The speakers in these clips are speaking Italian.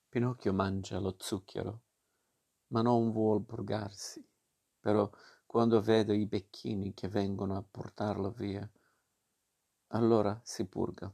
Pinocchio mangia lo zucchero, ma non vuol purgarsi. Però quando vede i becchini che vengono a portarlo via, allora si purga.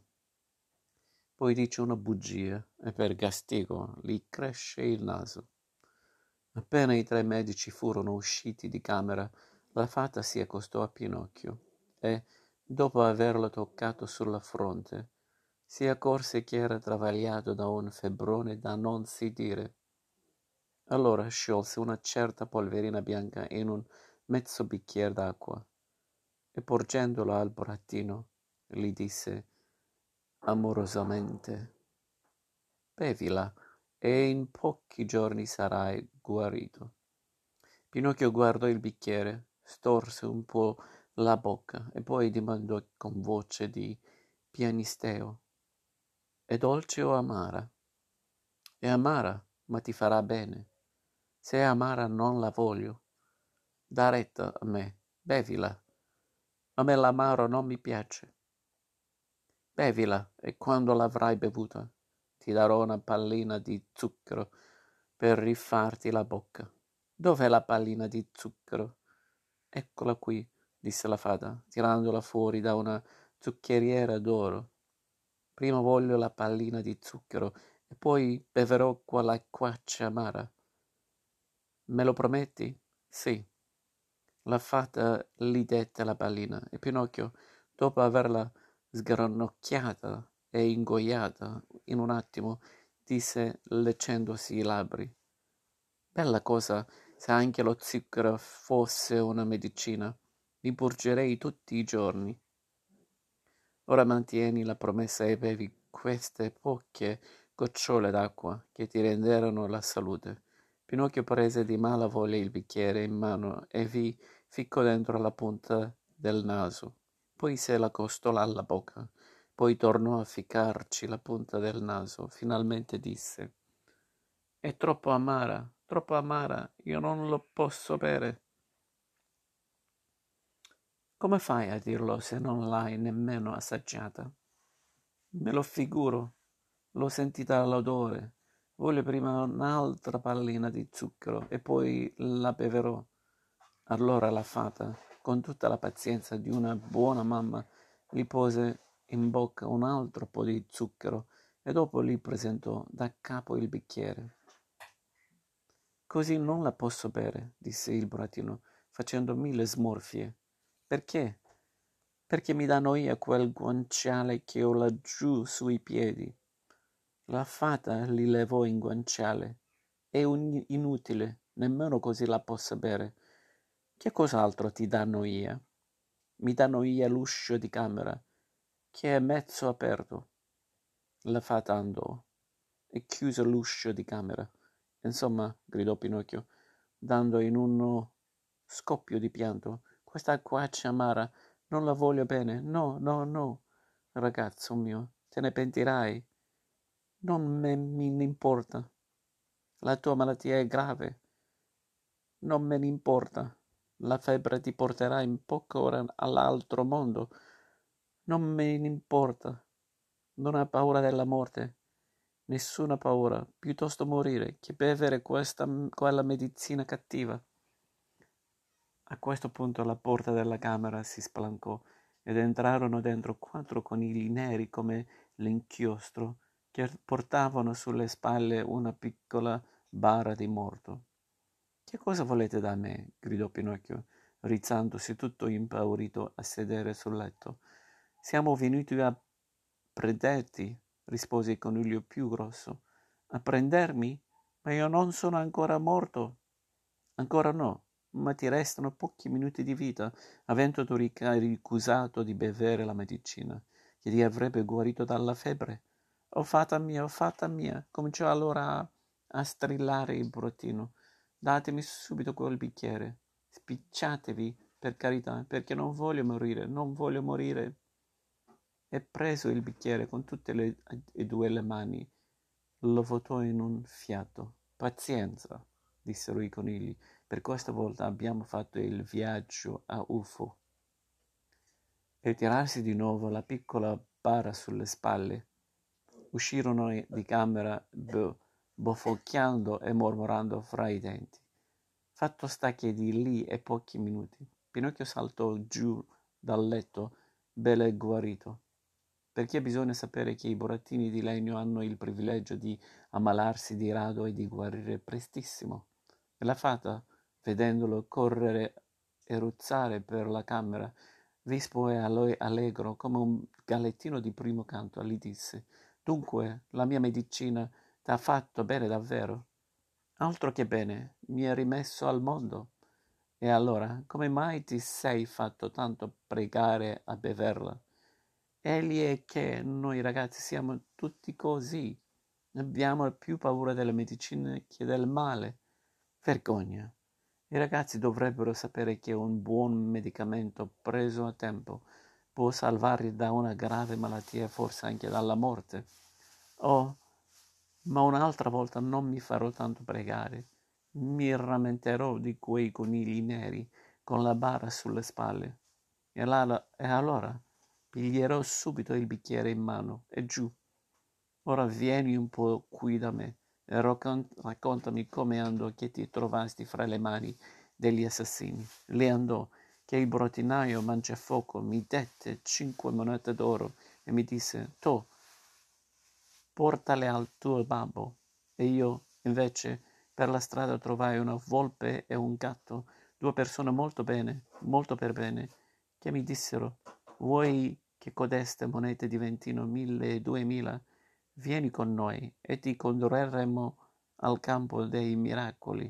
Poi dice una bugia e per castigo gli cresce il naso. Appena i tre medici furono usciti di camera, la fata si accostò a Pinocchio e, dopo averlo toccato sulla fronte, si accorse che era travagliato da un febbrone da non si dire. Allora sciolse una certa polverina bianca in un mezzo bicchier d'acqua e porgendolo al burattino gli disse amorosamente: bevila e in pochi giorni sarai guarito. Pinocchio guardò il bicchiere, storse un po' la bocca e poi dimandò con voce di pianisteo: è dolce o amara? È amara, ma ti farà bene. Se è amara non la voglio. Da retta a me, bevila. A me l'amaro non mi piace. Bevila e quando l'avrai bevuta ti darò una pallina di zucchero per rifarti la bocca. Dov'è la pallina di zucchero? Eccola qui, disse la fata, tirandola fuori da una zuccheriera d'oro. Prima voglio la pallina di zucchero e poi beverò quell'acquaccia amara. Me lo prometti? Sì. La fata gli dette la pallina e Pinocchio, dopo averla sgranocchiata e ingoiata in un attimo, disse leccendosi i labbri: bella cosa se anche lo zucchero fosse una medicina. Mi purgerei tutti i giorni. Ora mantieni la promessa e bevi queste poche gocciole d'acqua che ti renderanno la salute. Pinocchio prese di mala voglia il bicchiere in mano e vi ficcò dentro la punta del naso. Poi se l'accostò alla bocca. Poi tornò a ficcarci la punta del naso. Finalmente disse: è troppo amara, io non lo posso bere. Come fai a dirlo se non l'hai nemmeno assaggiata? Me lo figuro, l'ho sentita l'odore. Voglio prima un'altra pallina di zucchero e poi la beverò. Allora la fata, con tutta la pazienza di una buona mamma, gli pose in bocca un altro po' di zucchero e dopo gli presentò da capo il bicchiere. Così non la posso bere, disse il burattino, facendo mille smorfie. Perché? Perché mi dà noia quel guanciale che ho laggiù sui piedi. La fata gli levò il guanciale. È inutile, nemmeno così la possa bere. Che cos'altro ti dà noia? Mi dà noia l'uscio di camera, che è mezzo aperto. La fata andò e chiuse l'uscio di camera. Insomma, gridò Pinocchio, dando in uno scoppio di pianto, questa acquaccia amara non la voglio bene. No, no, no, ragazzo mio, te ne pentirai. Non me ne importa. La tua malattia è grave. Non me ne importa. La febbre ti porterà in poche ore all'altro mondo. Non me ne importa. Non hai paura della morte. Nessuna paura. Piuttosto morire che bevere quella medicina cattiva. A questo punto la porta della camera si spalancò ed entrarono dentro 4 conigli neri come l'inchiostro che portavano sulle spalle una piccola bara di morto. Che cosa volete da me? Gridò Pinocchio, rizzandosi tutto impaurito a sedere sul letto. Siamo venuti a prenderti, rispose il coniglio più grosso. A prendermi? Ma io non sono ancora morto. Ancora no, ma ti restano pochi minuti di vita, avendo tu ricusato di bevere la medicina, che ti avrebbe guarito dalla febbre. Oh fata mia, cominciò allora a strillare il burattino. Datemi subito quel bicchiere. Spicciatevi, per carità, perché non voglio morire, non voglio morire. E preso il bicchiere con tutte e due le mani, lo vuotò in un fiato. Pazienza, dissero i conigli, per questa volta abbiamo fatto il viaggio a UFO. E tirarsi di nuovo la piccola bara sulle spalle, uscirono di camera bofocchiando e mormorando fra i denti. Fatto sta che di lì a pochi minuti Pinocchio saltò giù dal letto, bello e guarito, perché bisogna sapere che i burattini di legno hanno il privilegio di ammalarsi di rado e di guarire prestissimo. E la fata, vedendolo correre e ruzzare per la camera, vispo e allegro come un gallettino di primo canto, gli disse: «Dunque, la mia medicina t'ha fatto bene davvero?» «Altro che bene, mi hai rimesso al mondo». «E allora, come mai ti sei fatto tanto pregare a beverla?» «Egli è che noi ragazzi siamo tutti così. Abbiamo più paura della medicina che del male. Vergogna. I ragazzi dovrebbero sapere che un buon medicamento preso a tempo può salvarli da una grave malattia e forse anche dalla morte. Oh, ma un'altra volta non mi farò tanto pregare. Mi rammenterò di quei conigli neri con la bara sulle spalle. E allora piglierò subito il bicchiere in mano e giù. Ora vieni un po' qui da me e raccontami come andò che ti trovasti fra le mani degli assassini. Lì andò che il burattinaio Mangiafoco mi dette 5 monete d'oro e mi disse: «Toh, portale al tuo babbo». E io, invece, per la strada trovai una volpe e un gatto, 2 persone molto per bene, che mi dissero: «Vuoi che codeste monete diventino 1.000 e 2.000? Vieni con noi e ti condurremo al campo dei miracoli».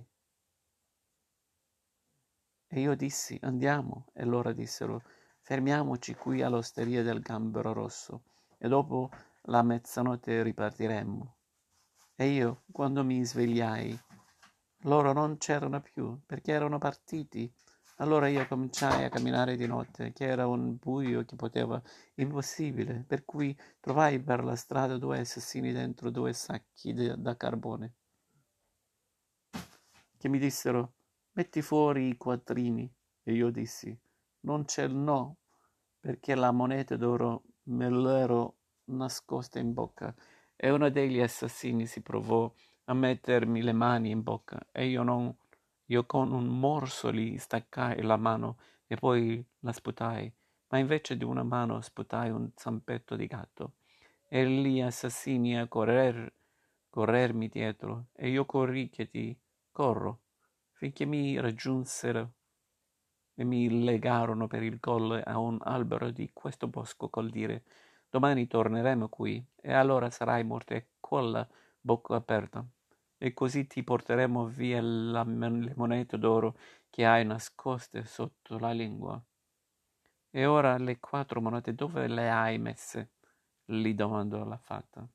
E io dissi: «Andiamo». E loro dissero: «Fermiamoci qui all'osteria del Gambero Rosso e dopo la mezzanotte ripartiremmo». E io, quando mi svegliai, loro non c'erano più, perché erano partiti. Allora io cominciai a camminare di notte, che era un buio che poteva impossibile, per cui trovai per la strada 2 assassini dentro 2 sacchi da carbone, che mi dissero: «Metti fuori i quattrini». E io dissi: «Non c'è il no», perché la moneta d'oro me l'ero nascosta in bocca. E uno degli assassini si provò a mettermi le mani in bocca e io con un morso gli staccai la mano e poi la sputai, ma invece di una mano sputai un zampetto di gatto. E gli assassini a corrermi dietro, e io corri che ti corro, finché mi raggiunsero e mi legarono per il collo a un albero di questo bosco col dire: «Domani torneremo qui e allora sarai morto con la bocca aperta e così ti porteremo via le monete d'oro che hai nascoste sotto la lingua». «E ora le 4 monete dove le hai messe?» gli domandò la fata.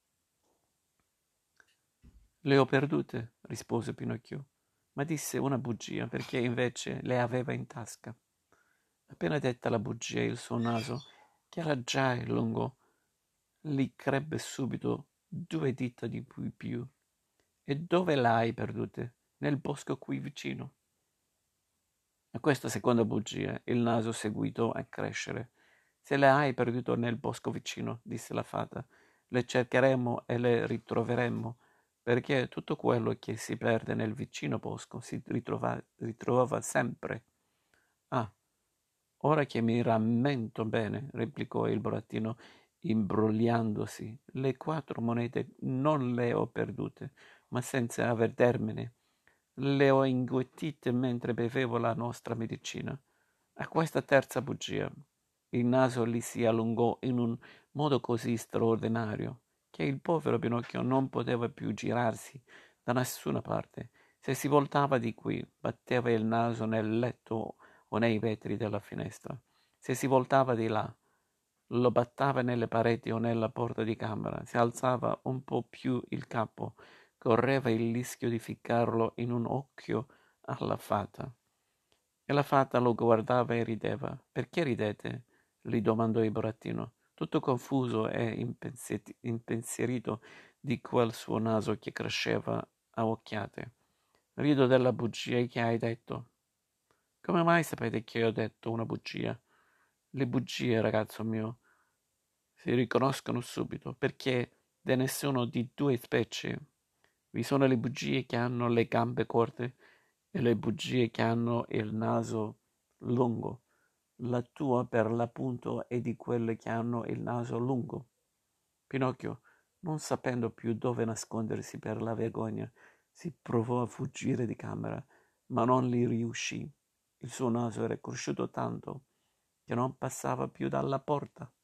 «Le ho perdute», rispose Pinocchio, ma disse una bugia perché invece le aveva in tasca. Appena detta la bugia il suo naso, che era già lungo, gli crebbe subito 2 dita di più. «E dove l'hai perdute?» «Nel bosco qui vicino». A questa seconda bugia il naso seguitò a crescere. «Se le hai perdute nel bosco vicino», disse la fata, «le cercheremo e le ritroveremo, perché tutto quello che si perde nel vicino bosco si ritrova sempre». «Ah, ora che mi rammento bene», replicò il burattino imbrogliandosi, «le 4 monete non le ho perdute, ma senza avvertirmene. Le ho inghiottite mentre bevevo la nostra medicina». A questa terza bugia il naso gli si allungò in un modo così straordinario che il povero Pinocchio non poteva più girarsi da nessuna parte. Se si voltava di qui, batteva il naso nel letto o nei vetri della finestra. Se si voltava di là, lo batteva nelle pareti o nella porta di camera. Se alzava un po' più il capo, correva il rischio di ficcarlo in un occhio alla fata. E la fata lo guardava e rideva. «Perché ridete?» gli domandò il burattino, tutto confuso e impensierito di quel suo naso che cresceva a occhiate. «Rido della bugia che hai detto». «Come mai sapete che ho detto una bugia?» «Le bugie, ragazzo mio, si riconoscono subito, perché de nessuna di 2 specie Vi sono le bugie che hanno le gambe corte e le bugie che hanno il naso lungo. La tua, per l'appunto, è di quelle che hanno il naso lungo. Pinocchio, non sapendo più dove nascondersi per la vergogna, si provò a fuggire di camera, ma non gli riuscì. Il suo naso era cresciuto tanto che non passava più dalla porta.